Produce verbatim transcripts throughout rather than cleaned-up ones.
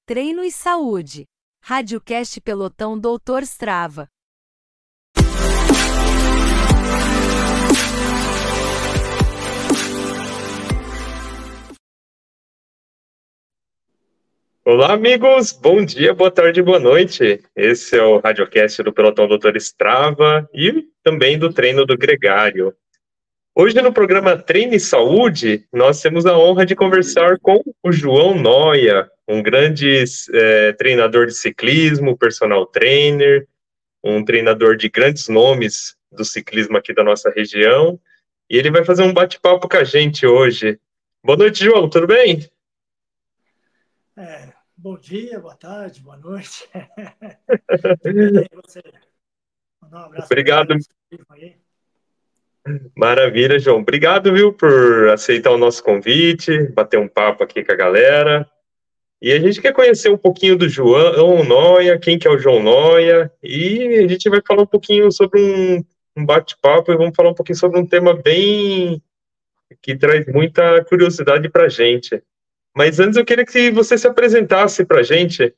Treino e Saúde. Radiocast Pelotão doutor Strava. Olá, amigos! Bom dia, boa tarde, boa noite. Esse é o Radiocast do Pelotão doutor Strava e também do Treino do Gregário. Hoje, no programa Treino e Saúde, nós temos a honra de conversar com o João Noia, um grande é, treinador de ciclismo, personal trainer, um treinador de grandes nomes do ciclismo aqui da nossa região. E ele vai fazer um bate-papo com a gente hoje. Boa noite, João, tudo bem? É, bom dia, boa tarde, boa noite. Tudo bem, e você? Mandar um abraço para a galera Obrigado. do ciclismo aí. Maravilha, João. Obrigado, viu, por aceitar o nosso convite, bater um papo aqui com a galera. E a gente quer conhecer um pouquinho do João Noia, quem que é o João Noia, e a gente vai falar um pouquinho sobre um, um bate-papo e vamos falar um pouquinho sobre um tema bem que traz muita curiosidade para a gente. Mas antes eu queria que você se apresentasse para a gente.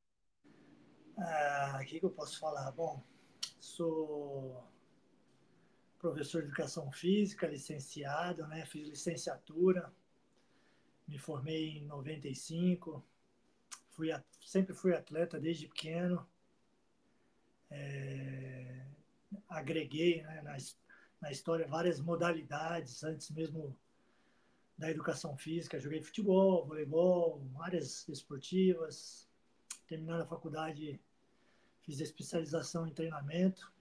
Ah, o que que eu posso falar? Bom, sou professor de educação física, licenciado, né? Fiz licenciatura, me formei em noventa e cinco, fui, a- sempre fui atleta desde pequeno, é, agreguei, né, na, his- na história várias modalidades, antes mesmo da educação física, joguei futebol, voleibol, áreas esportivas. Terminando a faculdade, fiz especialização em treinamento,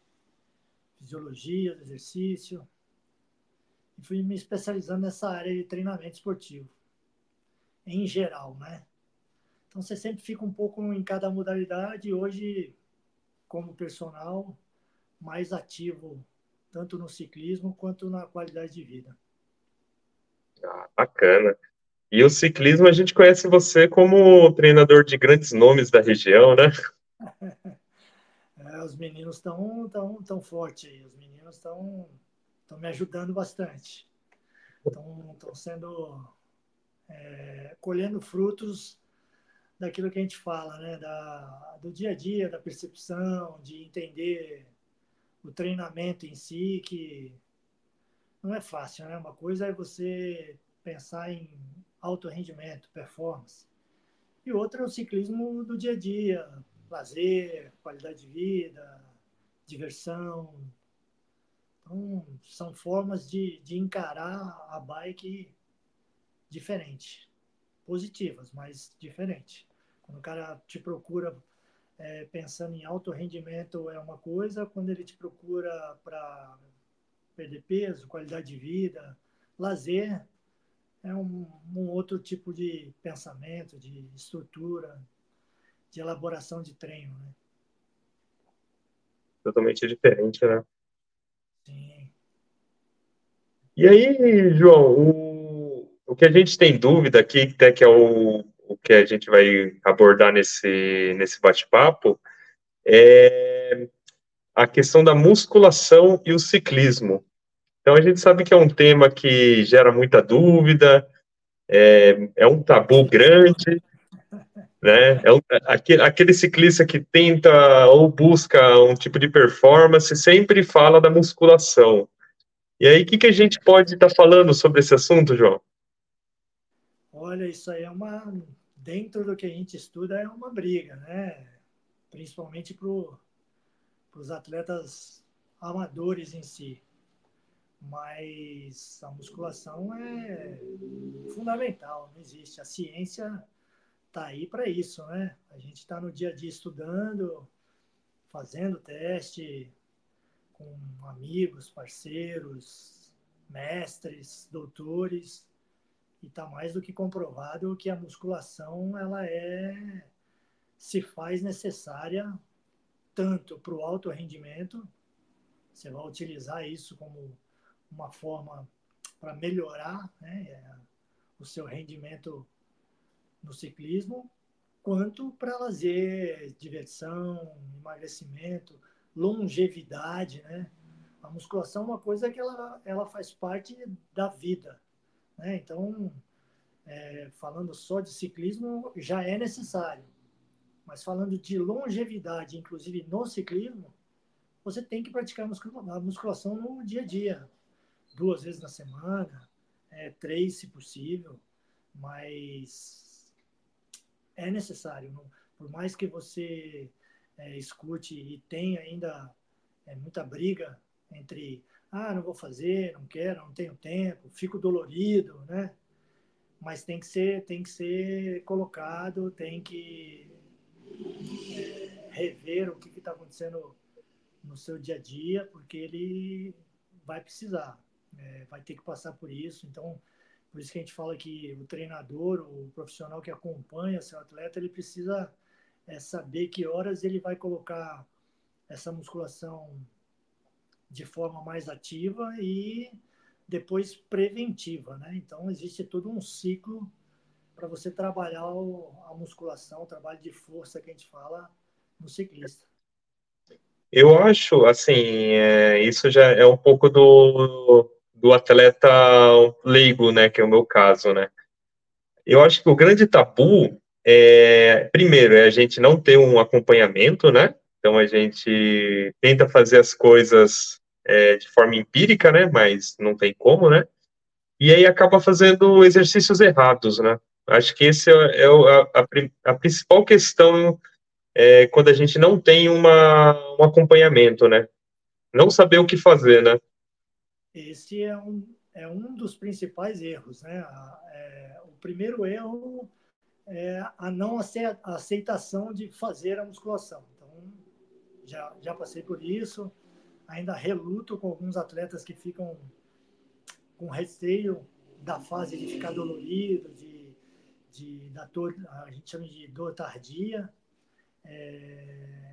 fisiologia do exercício, e fui me especializando nessa área de treinamento esportivo, em geral, né? Então você sempre fica um pouco em cada modalidade, e hoje, como personal, mais ativo, tanto no ciclismo quanto na qualidade de vida. Ah, bacana. E o ciclismo, a gente conhece você como treinador de grandes nomes da região, né? É, os meninos estão tão, tão fortes aí, os meninos estão estão me ajudando bastante. Estão sendo é, colhendo frutos daquilo que a gente fala, né? Da, do dia a dia, da percepção, de entender o treinamento em si, que não é fácil, né? Uma coisa é você pensar em alto rendimento, performance, e outra é o ciclismo do dia a dia, lazer, qualidade de vida, diversão. Então, são formas de, de encarar a bike diferente, positivas, mas diferente. Quando o cara te procura é, pensando em alto rendimento é uma coisa, quando ele te procura para perder peso, qualidade de vida, lazer, é um, um outro tipo de pensamento, de estrutura, de elaboração de treino, né? Totalmente diferente, né? Sim. E aí, João, o, o que a gente tem dúvida aqui, até que é o, o que a gente vai abordar nesse, nesse bate-papo, é a questão da musculação e o ciclismo. Então, a gente sabe que é um tema que gera muita dúvida, é, é um tabu grande, né? É um, aquele, aquele ciclista que tenta ou busca um tipo de performance sempre fala da musculação. E aí, o que, que a gente pode estar falando sobre esse assunto, João? Olha, isso aí é uma, dentro do que a gente estuda, é uma briga, né? Principalmente para os atletas amadores em si. Mas a musculação é fundamental, não existe. A ciência está aí para isso, né? A gente está no dia a dia estudando, fazendo teste com amigos, parceiros, mestres, doutores, e está mais do que comprovado que a musculação ela é se faz necessária tanto para o alto rendimento, você vai utilizar isso como uma forma para melhorar, né, o seu rendimento no ciclismo, quanto para lazer, diversão, emagrecimento, longevidade, né? A musculação é uma coisa que ela, ela faz parte da vida, né? Então, é, falando só de ciclismo, já é necessário. Mas falando de longevidade, inclusive no ciclismo, você tem que praticar a musculação no dia a dia, duas vezes na semana, é, três se possível, mas é necessário. Não? Por mais que você é, escute e tenha ainda é, muita briga entre, ah, não vou fazer, não quero, não tenho tempo, fico dolorido, né? Mas tem que ser, tem que ser colocado, tem que é, rever o que está acontecendo no seu dia a dia, porque ele vai precisar, é, vai ter que passar por isso. Então, por isso que a gente fala que o treinador, o profissional que acompanha seu atleta, ele precisa é, saber que horas ele vai colocar essa musculação de forma mais ativa e depois preventiva, né? Então, existe todo um ciclo para você trabalhar a musculação, o trabalho de força que a gente fala no ciclista. Eu acho, assim, é, isso já é um pouco do, do atleta leigo, né, que é o meu caso, né? Eu acho que o grande tabu é, primeiro, é a gente não ter um acompanhamento, né? Então a gente tenta fazer as coisas é, de forma empírica, né? Mas não tem como, né? E aí acaba fazendo exercícios errados, né? Acho que esse é, é o- a, a, pri- a principal questão é quando a gente não tem uma, um acompanhamento, né? Não saber o que fazer, né? Esse é um, é um dos principais erros, né? É, o primeiro erro é a não aceitação de fazer a musculação. Então, já, já passei por isso, ainda reluto com alguns atletas que ficam com receio da fase de ficar dolorido, de, de da dor, a gente chama de dor tardia, é,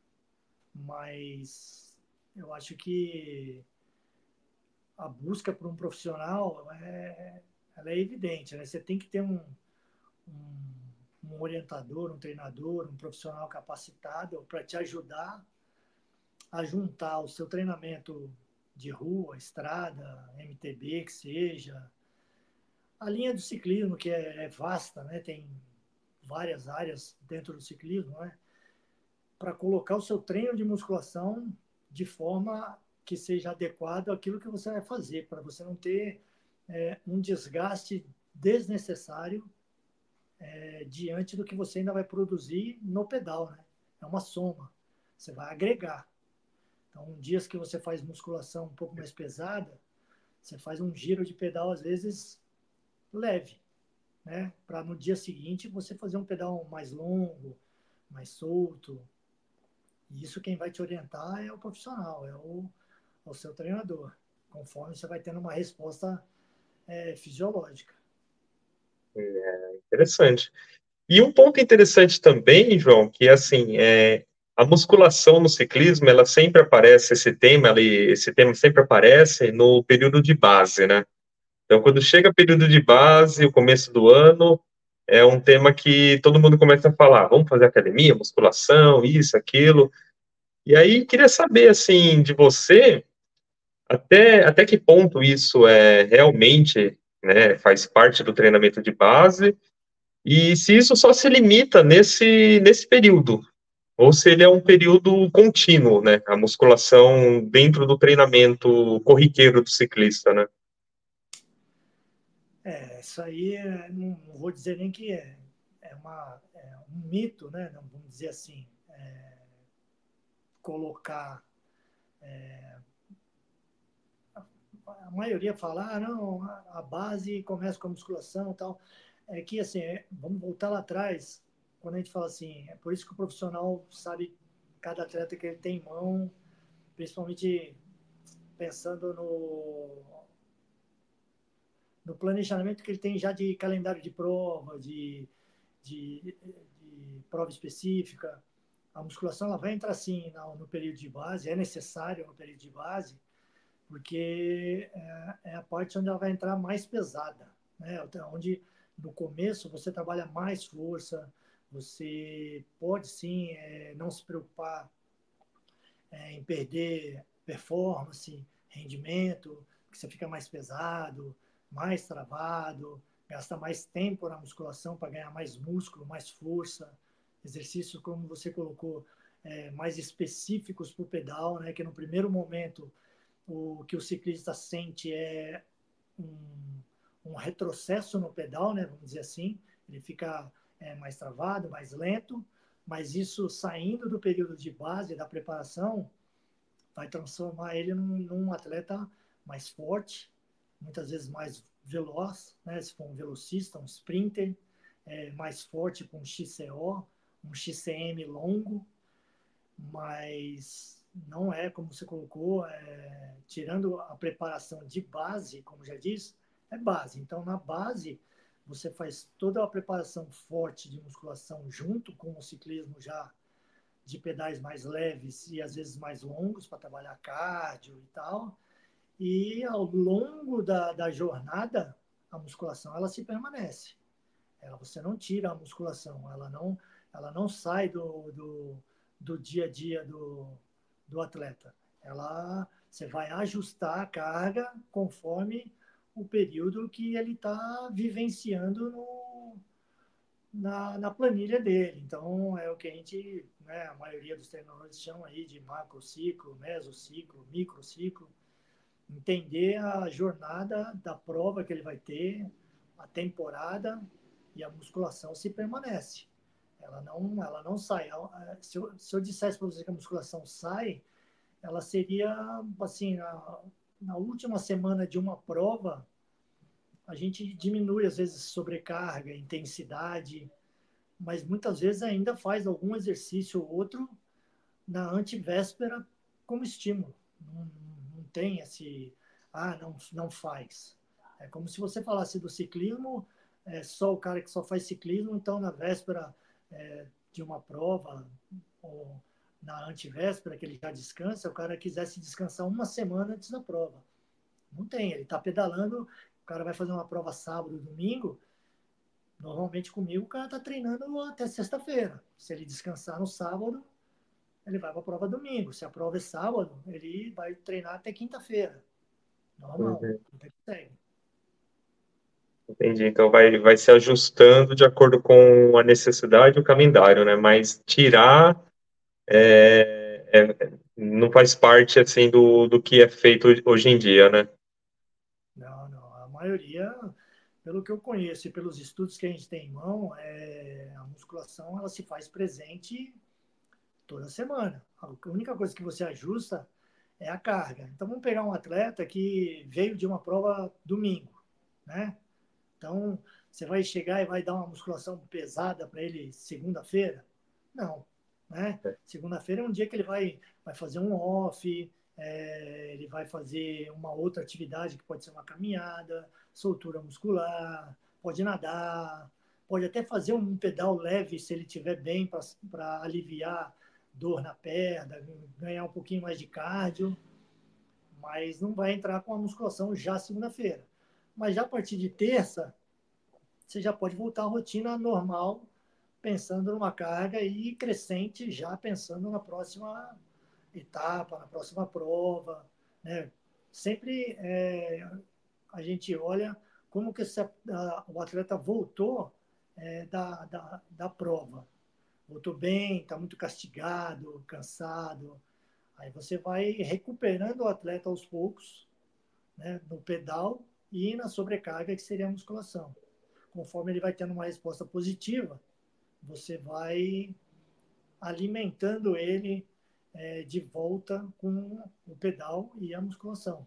mas eu acho que a busca por um profissional é, ela é evidente, né? Você tem que ter um, um, um orientador, um treinador, um profissional capacitado para te ajudar a juntar o seu treinamento de rua, estrada, M T B, que seja, a linha do ciclismo, que é, é vasta, né? Tem várias áreas dentro do ciclismo, né? Para colocar o seu treino de musculação de forma que seja adequado àquilo que você vai fazer, para você não ter é, um desgaste desnecessário é, diante do que você ainda vai produzir no pedal, né? É uma soma, você vai agregar. Então, dias que você faz musculação um pouco mais pesada, você faz um giro de pedal, às vezes, leve, né? Para no dia seguinte você fazer um pedal mais longo, mais solto. E isso quem vai te orientar é o profissional, é o, é o seu treinador, conforme você vai tendo uma resposta é, fisiológica. Interessante. E um ponto interessante também, João, que assim, é, a musculação no ciclismo, ela sempre aparece, esse tema, ali, esse tema sempre aparece no período de base, né? Então, quando chega o período de base, o começo do ano, é um tema que todo mundo começa a falar, vamos fazer academia, musculação, isso, aquilo. E aí, queria saber, assim, de você, até, até que ponto isso é realmente, né, faz parte do treinamento de base, e se isso só se limita nesse, nesse período, ou se ele é um período contínuo, né? A musculação dentro do treinamento corriqueiro do ciclista, né? É, isso aí é, não, não, vou dizer nem que é, é, uma, é um mito, né? Não, vamos dizer assim, é, colocar. É, a maioria fala, ah, não, a base começa com a musculação e tal. É que, assim, é, vamos voltar lá atrás, quando a gente fala assim, é por isso que o profissional sabe cada atleta que ele tem em mão, principalmente pensando no, no planejamento que ele tem já de calendário de prova, de, de, de prova específica. A musculação ela vai entrar sim no, no período de base, é necessário no período de base, porque é, é a parte onde ela vai entrar mais pesada, né? Onde no começo você trabalha mais força, você pode sim é, não se preocupar é, em perder performance, rendimento, que você fica mais pesado, mais travado, gasta mais tempo na musculação para ganhar mais músculo, mais força, exercícios, como você colocou, é, mais específicos para o pedal, né? Que no primeiro momento o que o ciclista sente é um, um retrocesso no pedal, né? Vamos dizer assim, ele fica é, mais travado, mais lento, mas isso saindo do período de base da preparação vai transformar ele num, num atleta mais forte, muitas vezes mais veloz, né? Se for um velocista, um sprinter, é, mais forte com um X C O, um X C M longo, mas não é, como você colocou, é, tirando a preparação de base, como já disse, é base. Então, na base, você faz toda a preparação forte de musculação junto com o ciclismo já de pedais mais leves e às vezes mais longos para trabalhar cardio e tal. E ao longo da, da jornada, a musculação ela se permanece. Ela, você não tira a musculação, ela não, ela não sai do, do, do dia a dia do, do atleta. Ela, você vai ajustar a carga conforme o período que ele está vivenciando no, na, na planilha dele. Então, é o que a gente, né, a maioria dos treinadores chama aí de macrociclo, mesociclo, microciclo. Entender a jornada da prova que ele vai ter, a temporada, e a musculação se permanece. Ela não, ela não sai. Se eu, se eu dissesse para você que a musculação sai, ela seria, assim, na, na última semana de uma prova, a gente diminui, às vezes, sobrecarga, intensidade, mas muitas vezes ainda faz algum exercício ou outro na antivéspera como estímulo. Não, não tem esse, ah, não, não faz. É como se você falasse do ciclismo, é só o cara que só faz ciclismo, então na véspera é, de uma prova, ou na antivéspera, que ele já descansa, o cara quisesse descansar uma semana antes da prova. Não tem, ele está pedalando, o cara vai fazer uma prova sábado, domingo, normalmente comigo o cara está treinando até sexta-feira. Se ele descansar no sábado, ele vai para a prova domingo. Se a prova é sábado, ele vai treinar até quinta-feira. Normal, Uhum. até que segue. Entendi. Então vai, vai se ajustando de acordo com a necessidade e o calendário, né? Mas tirar é, é, não faz parte assim do, do que é feito hoje em dia, né? Não, não. A maioria, pelo que eu conheço e pelos estudos que a gente tem em mão, é, a musculação ela se faz presente toda semana. A única coisa que você ajusta é a carga. Então vamos pegar um atleta que veio de uma prova domingo, né? Então, você vai chegar e vai dar uma musculação pesada para ele segunda-feira? Não. Né? Segunda-feira é um dia que ele vai, vai fazer um off, é, ele vai fazer uma outra atividade que pode ser uma caminhada, soltura muscular, pode nadar, pode até fazer um pedal leve se ele estiver bem para aliviar dor na perna, ganhar um pouquinho mais de cardio, mas não vai entrar com a musculação já segunda-feira. Mas já a partir de terça, você já pode voltar à rotina normal, pensando numa carga e crescente, já pensando na próxima etapa, na próxima prova. Né? Sempre é, a gente olha como que esse, a, o atleta voltou é, da, da, da prova. Voltou bem, está muito castigado, cansado. Aí você vai recuperando o atleta aos poucos, né, no pedal e na sobrecarga, que seria a musculação. Conforme ele vai tendo uma resposta positiva, você vai alimentando ele é, de volta com o pedal e a musculação.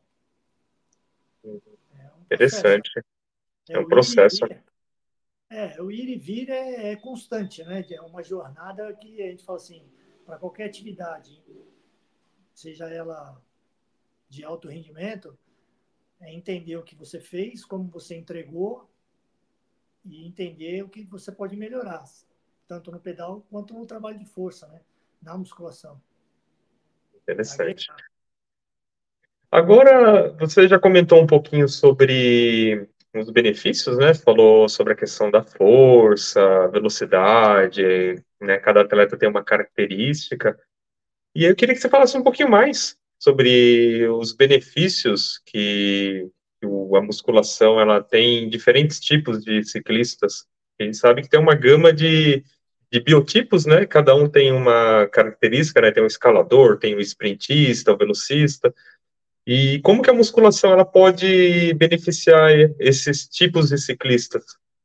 É um processo. Interessante. É, É um o ir e processo. vir, é, o ir e vir é, é constante, né? É uma jornada que a gente fala assim, para qualquer atividade, seja ela de alto rendimento, é entender o que você fez, como você entregou e entender o que você pode melhorar, tanto no pedal quanto no trabalho de força, né? Na musculação. Interessante. Agora, você já comentou um pouquinho sobre os benefícios, né? Falou sobre a questão da força, velocidade, né? Cada atleta tem uma característica. E eu queria que você falasse um pouquinho mais sobre os benefícios que o, a musculação ela tem diferentes tipos de ciclistas. A gente sabe que tem uma gama de, de biotipos, né? Cada um tem uma característica, né? Tem um escalador, tem um sprintista, um velocista. E como que a musculação ela pode beneficiar esses tipos de ciclistas?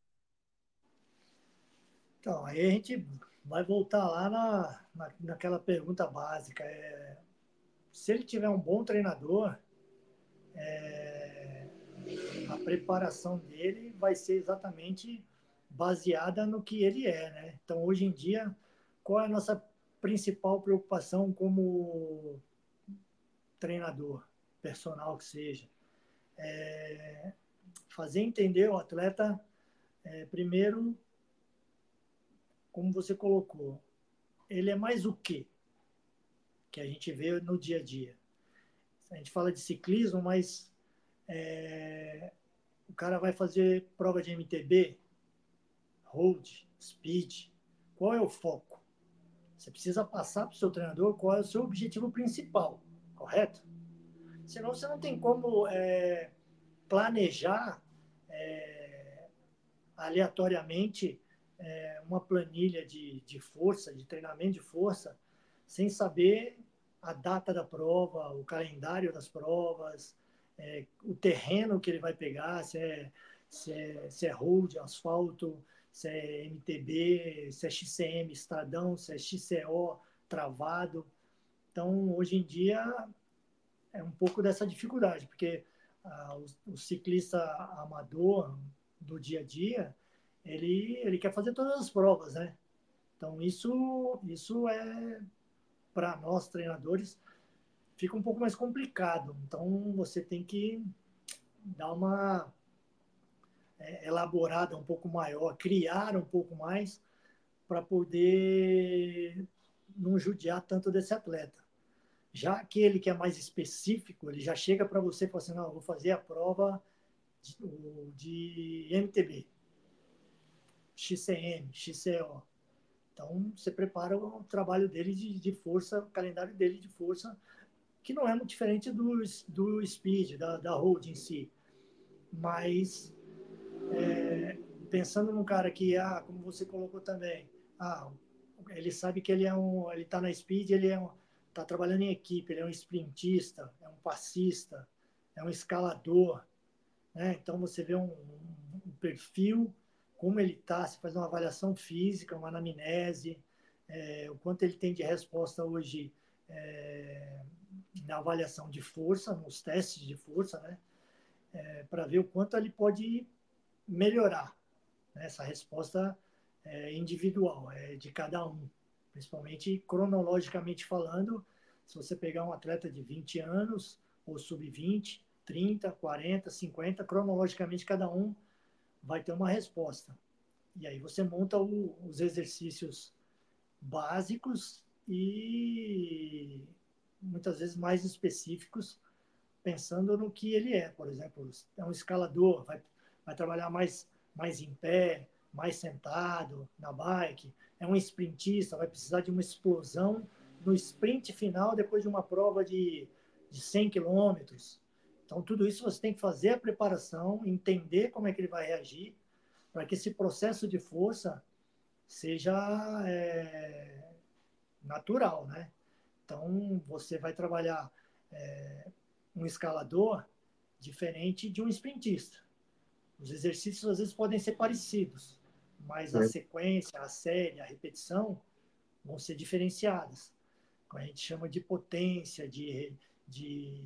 Então, aí a gente vai voltar lá na, na, naquela pergunta básica. É, se ele tiver um bom treinador, é, a preparação dele vai ser exatamente baseada no que ele é, né? Então, hoje em dia, qual é a nossa principal preocupação como treinador, personal que seja? É fazer entender o atleta, é, primeiro, como você colocou, ele é mais o quê? Que a gente vê no dia a dia. A gente fala de ciclismo, mas é, o cara vai fazer prova de M T B, road, speed. Qual é o foco? Você precisa passar para o seu treinador qual é o seu objetivo principal, correto? Senão você não tem como é, planejar é, aleatoriamente é, uma planilha de, de força, de treinamento de força, sem saber a data da prova, o calendário das provas, é, o terreno que ele vai pegar, se é, se é, se é road, asfalto, se é M T B, se é X C M, estradão, se é X C O, travado. Então, hoje em dia, é um pouco dessa dificuldade, porque ah, o, o ciclista amador do dia a dia, ele, ele quer fazer todas as provas, né? Então, isso, isso é, para nós treinadores, fica um pouco mais complicado. Então, você tem que dar uma é, elaborada um pouco maior, criar um pouco mais para poder não judiar tanto desse atleta. Já aquele que é mais específico, ele já chega para você e fala assim, não, eu vou fazer a prova de, de M T B, X C M, X C O. Então, você prepara o trabalho dele de, de força, o calendário dele de força, que não é muito diferente do, do speed, da, da road em si. Mas, é, pensando num cara que, ah, como você colocou também, ah, ele sabe que ele é um, ele está na speed, ele é um, está trabalhando em equipe, ele é um sprintista, é um passista, é um escalador, né? Então você vê um, um, um perfil, como ele está, você faz uma avaliação física, uma anamnese, é, o quanto ele tem de resposta hoje é, na avaliação de força, nos testes de força, né? É, para ver o quanto ele pode melhorar, né? Essa resposta é, individual, é de cada um, principalmente cronologicamente falando. Se você pegar um atleta de vinte anos, ou sub vinte, trinta, quarenta, cinquenta, cronologicamente cada um vai ter uma resposta. E aí você monta o, os exercícios básicos e muitas vezes mais específicos, pensando no que ele é. Por exemplo, é um escalador, vai, vai trabalhar mais, mais em pé, mais sentado na bike. É um sprintista, vai precisar de uma explosão no sprint final depois de uma prova de, de cem quilômetros. Então, tudo isso você tem que fazer a preparação, entender como é que ele vai reagir, para que esse processo de força seja é, natural, né? Então, você vai trabalhar é, um escalador diferente de um sprintista. Os exercícios às vezes podem ser parecidos, mas a sequência, a série, a repetição vão ser diferenciadas. A gente chama de potência, de, de,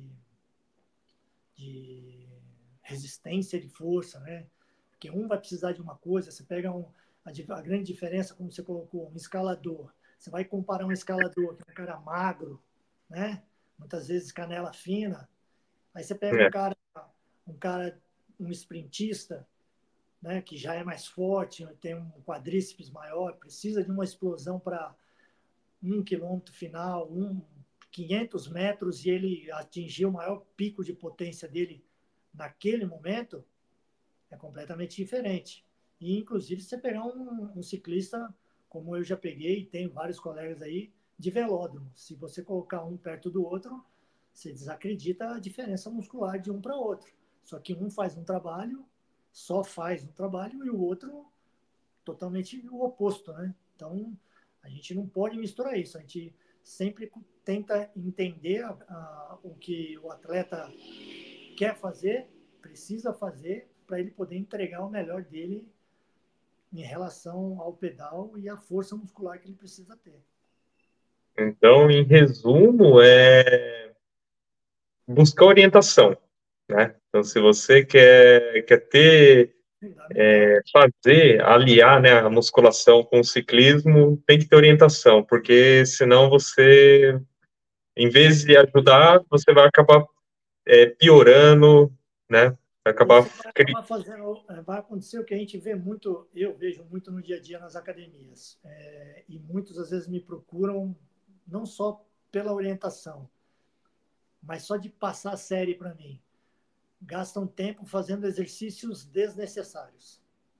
de resistência de força, né? Porque um vai precisar de uma coisa, você pega um, a, a grande diferença, como você colocou, um escalador. Você vai comparar um escalador que é um cara magro, né? Muitas vezes canela fina. Aí você pega um É, cara, um cara, um sprintista, né, que já é mais forte, tem um quadríceps maior, precisa de uma explosão para um quilômetro final, um, quinhentos metros, e ele atingir o maior pico de potência dele naquele momento, é completamente diferente. E, inclusive, se você pegar um, um ciclista, como eu já peguei, tenho vários colegas aí, de velódromo. Se você colocar um perto do outro, você desacredita a diferença muscular de um para outro. Só que um faz um trabalho, só faz um trabalho, e o outro totalmente o oposto, né? Então, a gente não pode misturar isso. A gente sempre tenta entender a, a, o que o atleta quer fazer, precisa fazer, para ele poder entregar o melhor dele em relação ao pedal e à força muscular que ele precisa ter. Então, em resumo, é buscar orientação, né? Então, se você quer, quer ter, Fundamental. é, fazer, aliar, né, a musculação com o ciclismo, tem que ter orientação, porque senão você, em vez de ajudar, você vai acabar é, piorando, né? Vai acabar. Você vai acabar fazendo, vai acontecer o que a gente vê muito, eu vejo muito no dia a dia nas academias, é, e muitos às vezes me procuram não só pela orientação, mas só de passar a série para mim. Gastam tempo fazendo exercícios desnecessários.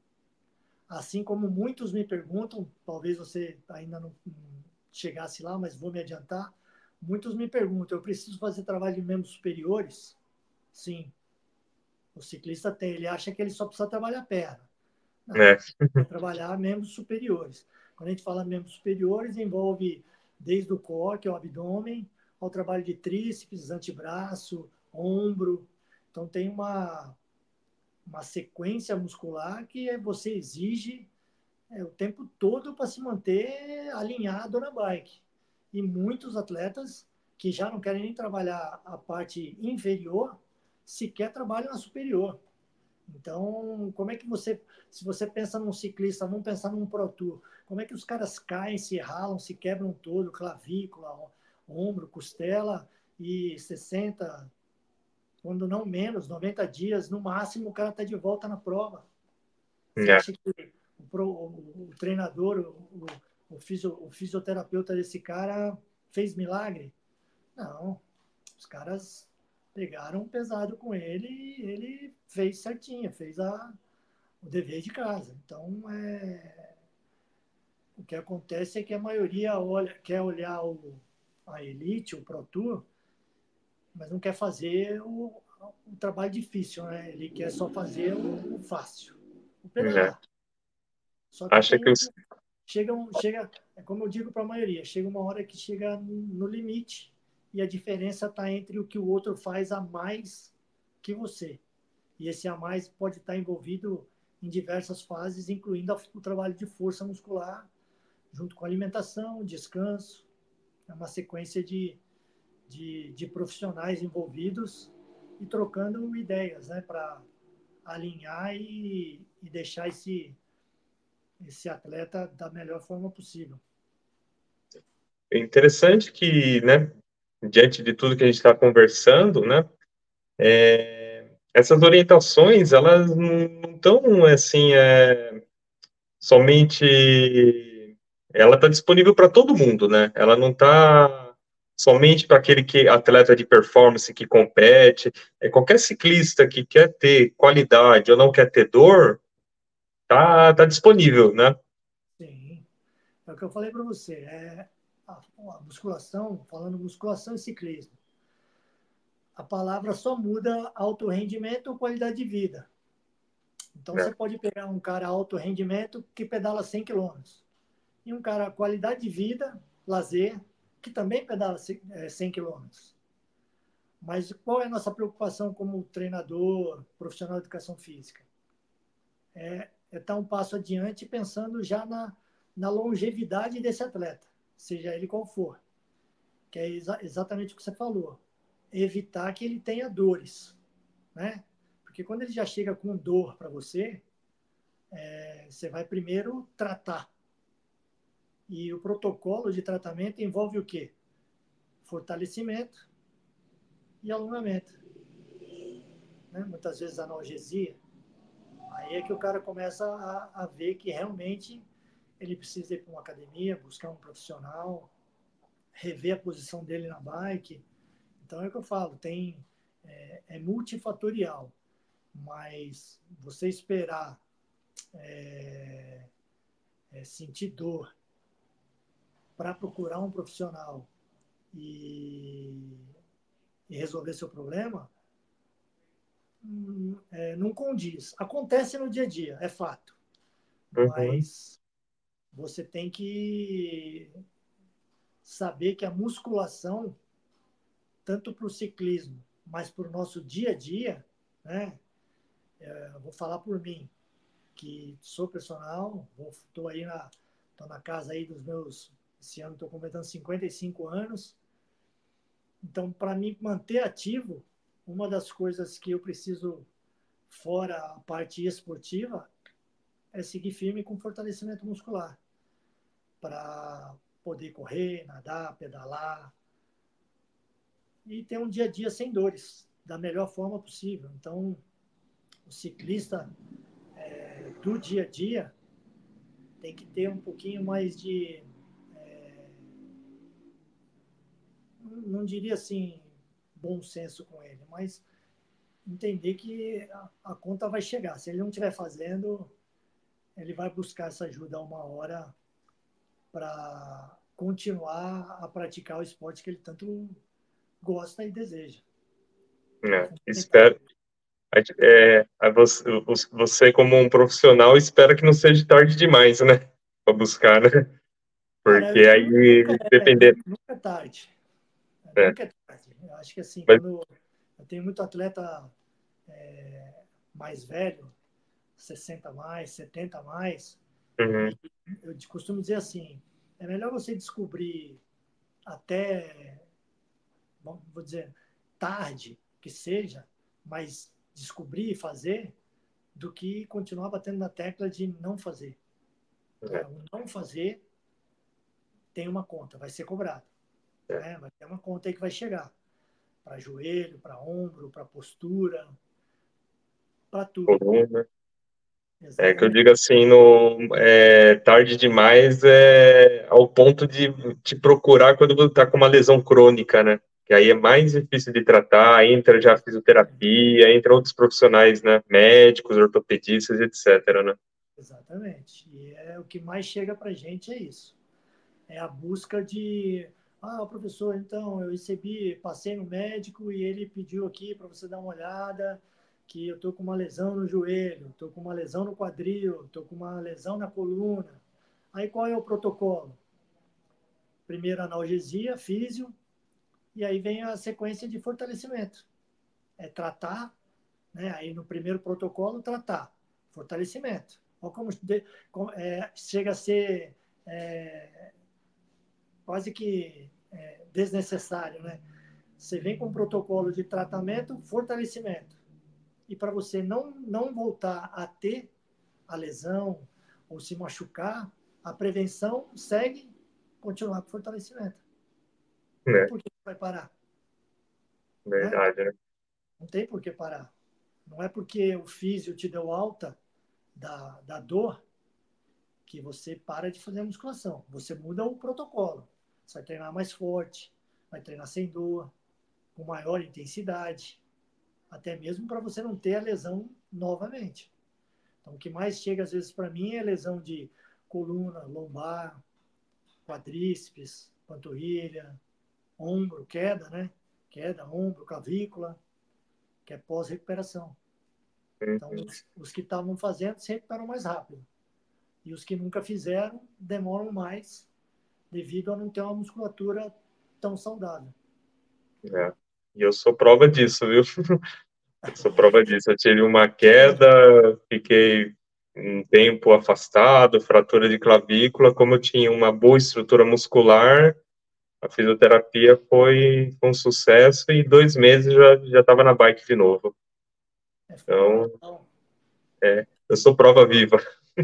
Assim como muitos me perguntam, talvez você ainda não chegasse lá, mas vou me adiantar. Muitos me perguntam, eu preciso fazer trabalho de membros superiores? Sim. O ciclista tem, ele acha que ele só precisa trabalhar a perna. Não, É, vai trabalhar membros superiores. Quando a gente fala membros superiores, envolve desde o core, que é o abdômen, ao trabalho de tríceps, antebraço, ombro. Então, tem uma, uma sequência muscular que você exige é, o tempo todo para se manter alinhado na bike. E muitos atletas que já não querem nem trabalhar a parte inferior, sequer trabalham na superior. Então, como é que você, se você pensa num ciclista, vamos pensar num Pro Tour, como é que os caras caem, se ralam, se quebram todo, clavícula, ombro, costela, e sessenta, quando não menos, noventa dias, no máximo, o cara está de volta na prova. Você é. acha que o, pro, o, o treinador, o, o, fisio, o fisioterapeuta desse cara fez milagre? Não. Os caras pegaram pesado com ele e ele fez certinho, fez a, o dever de casa. Então, é, o que acontece é que a maioria olha, quer olhar o, a Elite, o Pro Tour, mas não quer fazer o, o trabalho difícil, né? Ele quer só fazer o, o fácil, o É. pedalar. Só que Acha tem que um, os. chega, um, chega, é como eu digo para a maioria, chega uma hora que chega no limite e a diferença está entre o que o outro faz a mais que você. E esse a mais pode estar envolvido em diversas fases, incluindo o trabalho de força muscular, junto com alimentação, descanso. É uma sequência de, de, de profissionais envolvidos e trocando ideias, né, para alinhar e, e deixar esse, esse atleta da melhor forma possível. É interessante que, né, diante de tudo que a gente está conversando, né, é, essas orientações, elas não estão, assim, é, somente... Ela está disponível para todo mundo, né? Ela não está somente para aquele que atleta de performance que compete. É, qualquer ciclista que quer ter qualidade ou não quer ter dor, tá, tá disponível, né? Sim, é o que eu falei para você. É a, a musculação, falando musculação e ciclismo, a palavra só muda alto rendimento ou qualidade de vida. Então, É, você pode pegar um cara alto rendimento que pedala cem quilômetros e um cara qualidade de vida, lazer, que também pedala cem quilômetros. Mas qual é a nossa preocupação como treinador, profissional de educação física? É, é estar um passo adiante pensando já na, na longevidade desse atleta, seja ele qual for. Que é exa exatamente o que você falou. Evitar que ele tenha dores, né? Porque quando ele já chega com dor para você, é, você vai primeiro tratar. E o protocolo de tratamento envolve o quê? Fortalecimento e alongamento. Né? Muitas vezes analgesia. Aí é que o cara começa a, a ver que realmente ele precisa ir para uma academia, buscar um profissional, rever a posição dele na bike. Então é o que eu falo, tem, é, é multifatorial. Mas você esperar é, é, sentir dor para procurar um profissional e, e resolver seu problema, hum, é, não condiz. Acontece no dia a dia, é fato. Uhum. Mas você tem que saber que a musculação, tanto para o ciclismo, mas para o nosso dia a dia, né? Eu vou falar por mim, que sou personal, estou aí na, tô na casa aí dos meus, esse ano estou completando cinquenta e cinco anos. Então, para me manter ativo, uma das coisas que eu preciso, fora a parte esportiva, é seguir firme com fortalecimento muscular, para poder correr, nadar, pedalar e ter um dia a dia sem dores, da melhor forma possível. Então, o ciclista é, do dia a dia tem que ter um pouquinho mais de, é, não diria assim, bom senso com ele, mas entender que a, a conta vai chegar. Se ele não estiver fazendo, ele vai buscar essa ajuda uma hora para continuar a praticar o esporte que ele tanto gosta e deseja. É É, fundamental. espero, é, a você, você, como um profissional, espera que não seja tarde demais, né? Para buscar, né? Cara, eu Porque digo que nunca aí, é, depender. nunca, nunca é tarde. É, Nunca é tarde. Eu acho que assim, mas, quando eu tenho muito atleta é, mais velho, sessenta a mais, setenta a mais, uhum, e eu costumo dizer assim, é melhor você descobrir até, vou dizer, tarde que seja, mas descobrir e fazer, do que continuar batendo na tecla de não fazer. é, Né? O não fazer tem uma conta, vai ser cobrado. é, Né? Vai ter uma conta aí que vai chegar. Para joelho, para ombro, para postura, para tudo. coluna. É que eu Exatamente. digo assim, no, é, tarde demais é ao ponto de te procurar quando você está com uma lesão crônica, né? Que aí é mais difícil de tratar, entra já a fisioterapia, entra outros profissionais, né? Médicos, ortopedistas, etc, né? Exatamente. E é o que mais chega para a gente é isso. É a busca de, ah, professor, então eu recebi, passei no médico e ele pediu aqui para você dar uma olhada que eu tô com uma lesão no joelho, tô com uma lesão no quadril, tô com uma lesão na coluna. Aí qual é o protocolo? Primeiro analgesia, físio, e aí vem a sequência de fortalecimento. É tratar, né? Aí no primeiro protocolo, tratar, fortalecimento. Olha como, de, como é, chega a ser é, quase que é, desnecessário, né? Você vem com um protocolo de tratamento, fortalecimento. E para você não, não voltar a ter a lesão ou se machucar, a prevenção segue continuar com fortalecimento. E Né? por que vai parar? Né? Verdade, né? Não tem por que parar. Não é porque o físio te deu alta da, da dor que você para de fazer a musculação. Você muda o protocolo. Você vai treinar mais forte, vai treinar sem dor, com maior intensidade, até mesmo para você não ter a lesão novamente. Então, o que mais chega às vezes para mim é lesão de coluna, lombar, quadríceps, panturrilha, ombro, queda, né? Queda, ombro, clavícula, que é pós-recuperação. Então, Uhum. os, os que estavam fazendo se recuperam mais rápido. E os que nunca fizeram demoram mais devido a não ter uma musculatura tão saudável. É. E eu sou prova disso, viu? Eu sou prova disso. Eu tive uma queda, fiquei um tempo afastado, fratura de clavícula. Como eu tinha uma boa estrutura muscular, a fisioterapia foi um sucesso e dois meses já já estava na bike de novo. É Então, fundamental. é, eu sou prova viva.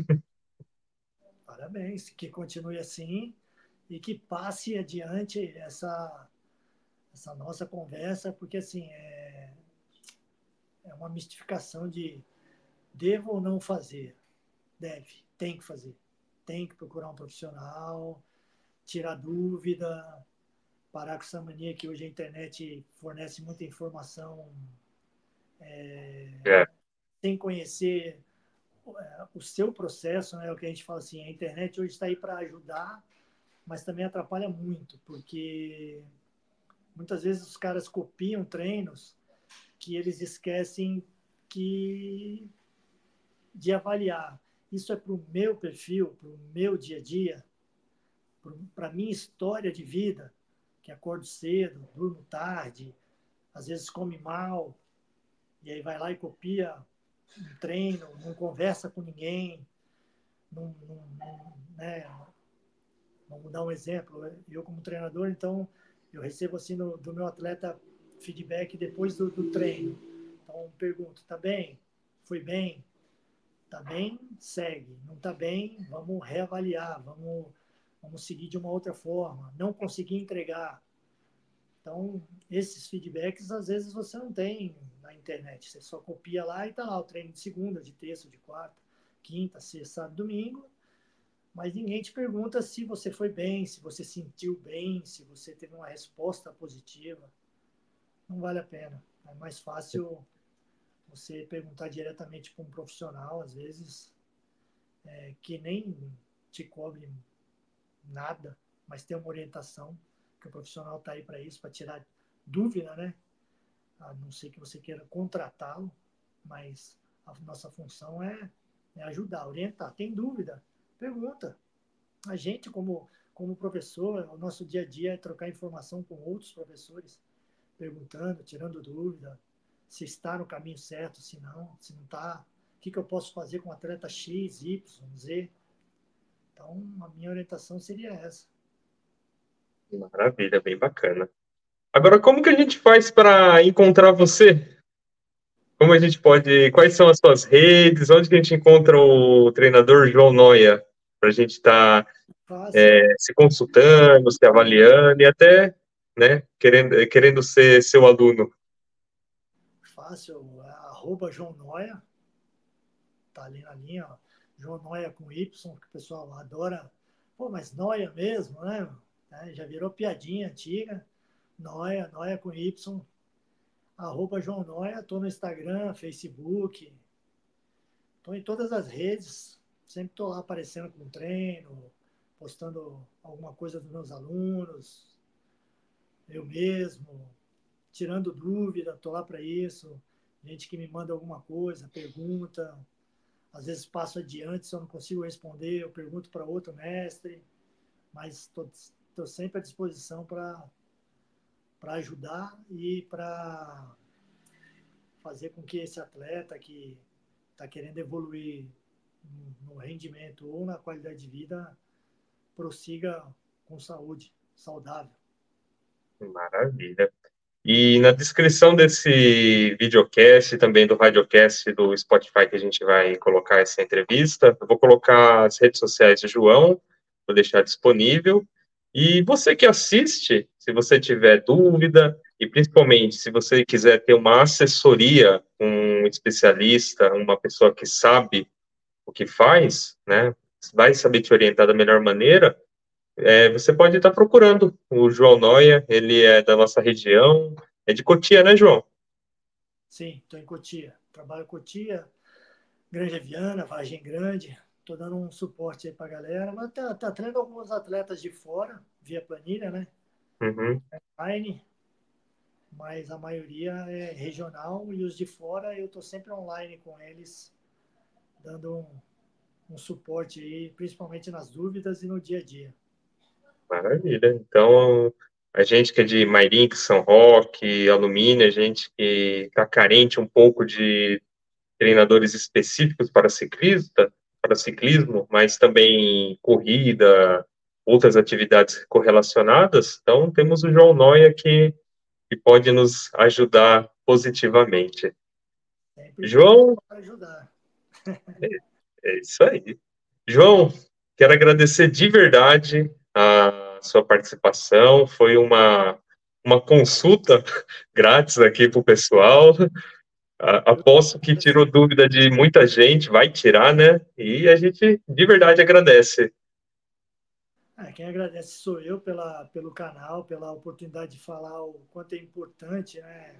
Parabéns, que continue assim e que passe adiante essa, essa nossa conversa, porque assim é, é uma mistificação de devo ou não fazer. Deve, tem que fazer. Tem que procurar um profissional, tirar dúvida, parar com essa mania que hoje a internet fornece muita informação É, sem conhecer é, o seu processo, né? É o que a gente fala assim, a internet hoje está aí para ajudar, mas também atrapalha muito, porque muitas vezes os caras copiam treinos que eles esquecem que de avaliar. Isso é para o meu perfil, para o meu dia a dia, para a minha história de vida, que acordo cedo, durmo tarde, às vezes come mal, e aí vai lá e copia um treino, não conversa com ninguém, não, não, não, né? Vamos dar um exemplo. Eu, como treinador, então, eu recebo assim no, do meu atleta feedback depois do, do treino. Então, pergunto, tá bem? Foi bem? Tá bem? Segue. Não tá bem? Vamos reavaliar, vamos, vamos seguir de uma outra forma. Não consegui entregar. Então, esses feedbacks, às vezes, você não tem na internet. Você só copia lá e tá lá o treino de segunda, de terça, de quarta, quinta, sexta, sábado, domingo. Mas ninguém te pergunta se você foi bem, se você sentiu bem, se você teve uma resposta positiva. Não vale a pena. É mais fácil você perguntar diretamente para um profissional, às vezes, é, que nem te cobre nada, mas tem uma orientação, que o profissional está aí para isso, para tirar dúvida, né? A não ser que você queira contratá-lo, mas a nossa função é, é ajudar, orientar. Tem dúvida? Pergunta. A gente, como, como professor, o nosso dia a dia é trocar informação com outros professores, perguntando, tirando dúvida, se está no caminho certo, se não, se não está, o que, que eu posso fazer com o atleta X, Y, Z. Então, a minha orientação seria essa. Maravilha, bem bacana. Agora, como que a gente faz para encontrar você? Como a gente pode. Quais são as suas redes? Onde que a gente encontra o treinador João Noia? Para a gente estar Fácil, se consultando, se avaliando e até, né, querendo, querendo ser seu aluno. fácil, arroba João Noia, tá ali na linha, ó, João Noia com Y, que o pessoal adora. Pô, mas Noia mesmo, né? É, já virou piadinha antiga. Noia, Noia com Y, arroba João Noia, tô no Instagram, Facebook, tô em todas as redes, sempre tô lá aparecendo com treino, postando alguma coisa dos meus alunos, eu mesmo, tirando dúvida, tô lá para isso. Gente que me manda alguma coisa, pergunta, às vezes passo adiante, se eu não consigo responder, eu pergunto para outro mestre, mas estou sempre à disposição para ajudar e para fazer com que esse atleta que está querendo evoluir no rendimento ou na qualidade de vida prossiga com saúde, saudável. Maravilha. E na descrição desse videocast, também do radiocast do Spotify que a gente vai colocar essa entrevista, eu vou colocar as redes sociais do João, vou deixar disponível. E você que assiste, se você tiver dúvida, e principalmente se você quiser ter uma assessoria com um especialista, uma pessoa que sabe o que faz, né, vai saber te orientar da melhor maneira, é, você pode estar procurando o João Noia, ele é da nossa região, é de Cotia, né, João? Sim, estou em Cotia. Trabalho em Cotia, Granja Viana, Vargem Grande. Estou dando um suporte aí para a galera, mas tá, tá treinando alguns atletas de fora, via planilha, né? Uhum. Online, mas a maioria é regional e os de fora eu estou sempre online com eles, dando um, um suporte aí, principalmente nas dúvidas e no dia a dia. Maravilha. Então, a gente que é de Mairink, São Roque, Alumínio, a gente que está carente um pouco de treinadores específicos para ciclista, para ciclismo, mas também corrida, outras atividades correlacionadas. Então, temos o João Noia que, que pode nos ajudar positivamente. Sempre estamos João, para ajudar. é isso aí. João, quero agradecer de verdade a sua participação. Foi uma, uma consulta grátis aqui para o pessoal. A- Eu, Aposto que tirou assim, dúvida de muita gente, vai tirar, né? E a gente de verdade agradece. é, quem agradece sou eu pela, pelo canal, pela oportunidade de falar o quanto é importante, né,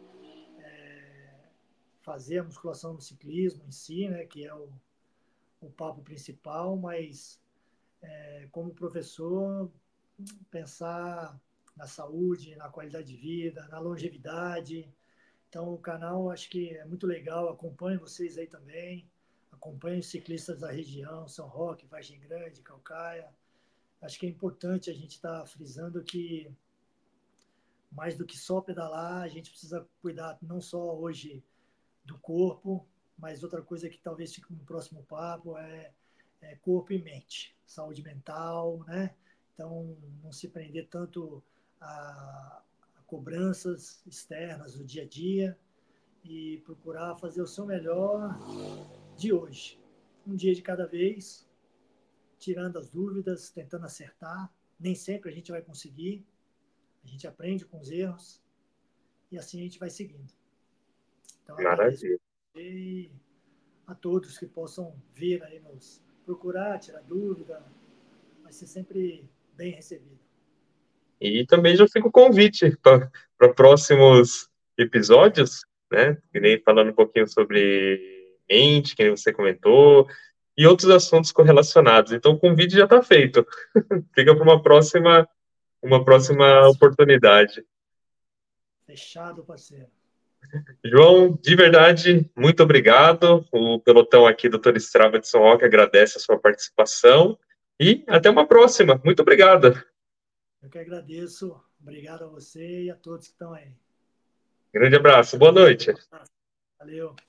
fazer a musculação no ciclismo em si, né, que é o, o papo principal, mas é, como professor, pensar na saúde, na qualidade de vida, na longevidade, Então, o canal acho que é muito legal, acompanho vocês aí também, acompanho os ciclistas da região, São Roque, Vargem Grande, Calcaia. Acho que é importante a gente estar tá frisando que, mais do que só pedalar, a gente precisa cuidar não só hoje do corpo, mas outra coisa que talvez fique no próximo papo é, é corpo e mente, saúde mental, né? Então, não se prender tanto a, a cobranças externas do dia a dia e procurar fazer o seu melhor de hoje. Um dia de cada vez, tirando as dúvidas, tentando acertar. Nem sempre a gente vai conseguir, a gente aprende com os erros e assim a gente vai seguindo. Então, agradeço Maravilha. e a todos que possam vir aí nos procurar, tirar dúvida, vai ser sempre bem recebido. E também já fica o convite para próximos episódios, né? Que nem falando um pouquinho sobre mente, que nem você comentou, e outros assuntos correlacionados. Então o convite já está feito. Fica para uma próxima, uma próxima oportunidade. Fechado, parceiro. João, de verdade, muito obrigado. O pelotão aqui, doutor Strava de São Roque, agradece a sua participação. E até uma próxima. Muito obrigado. Eu que agradeço. Obrigado a você e a todos que estão aí. Grande abraço. Boa noite. Valeu.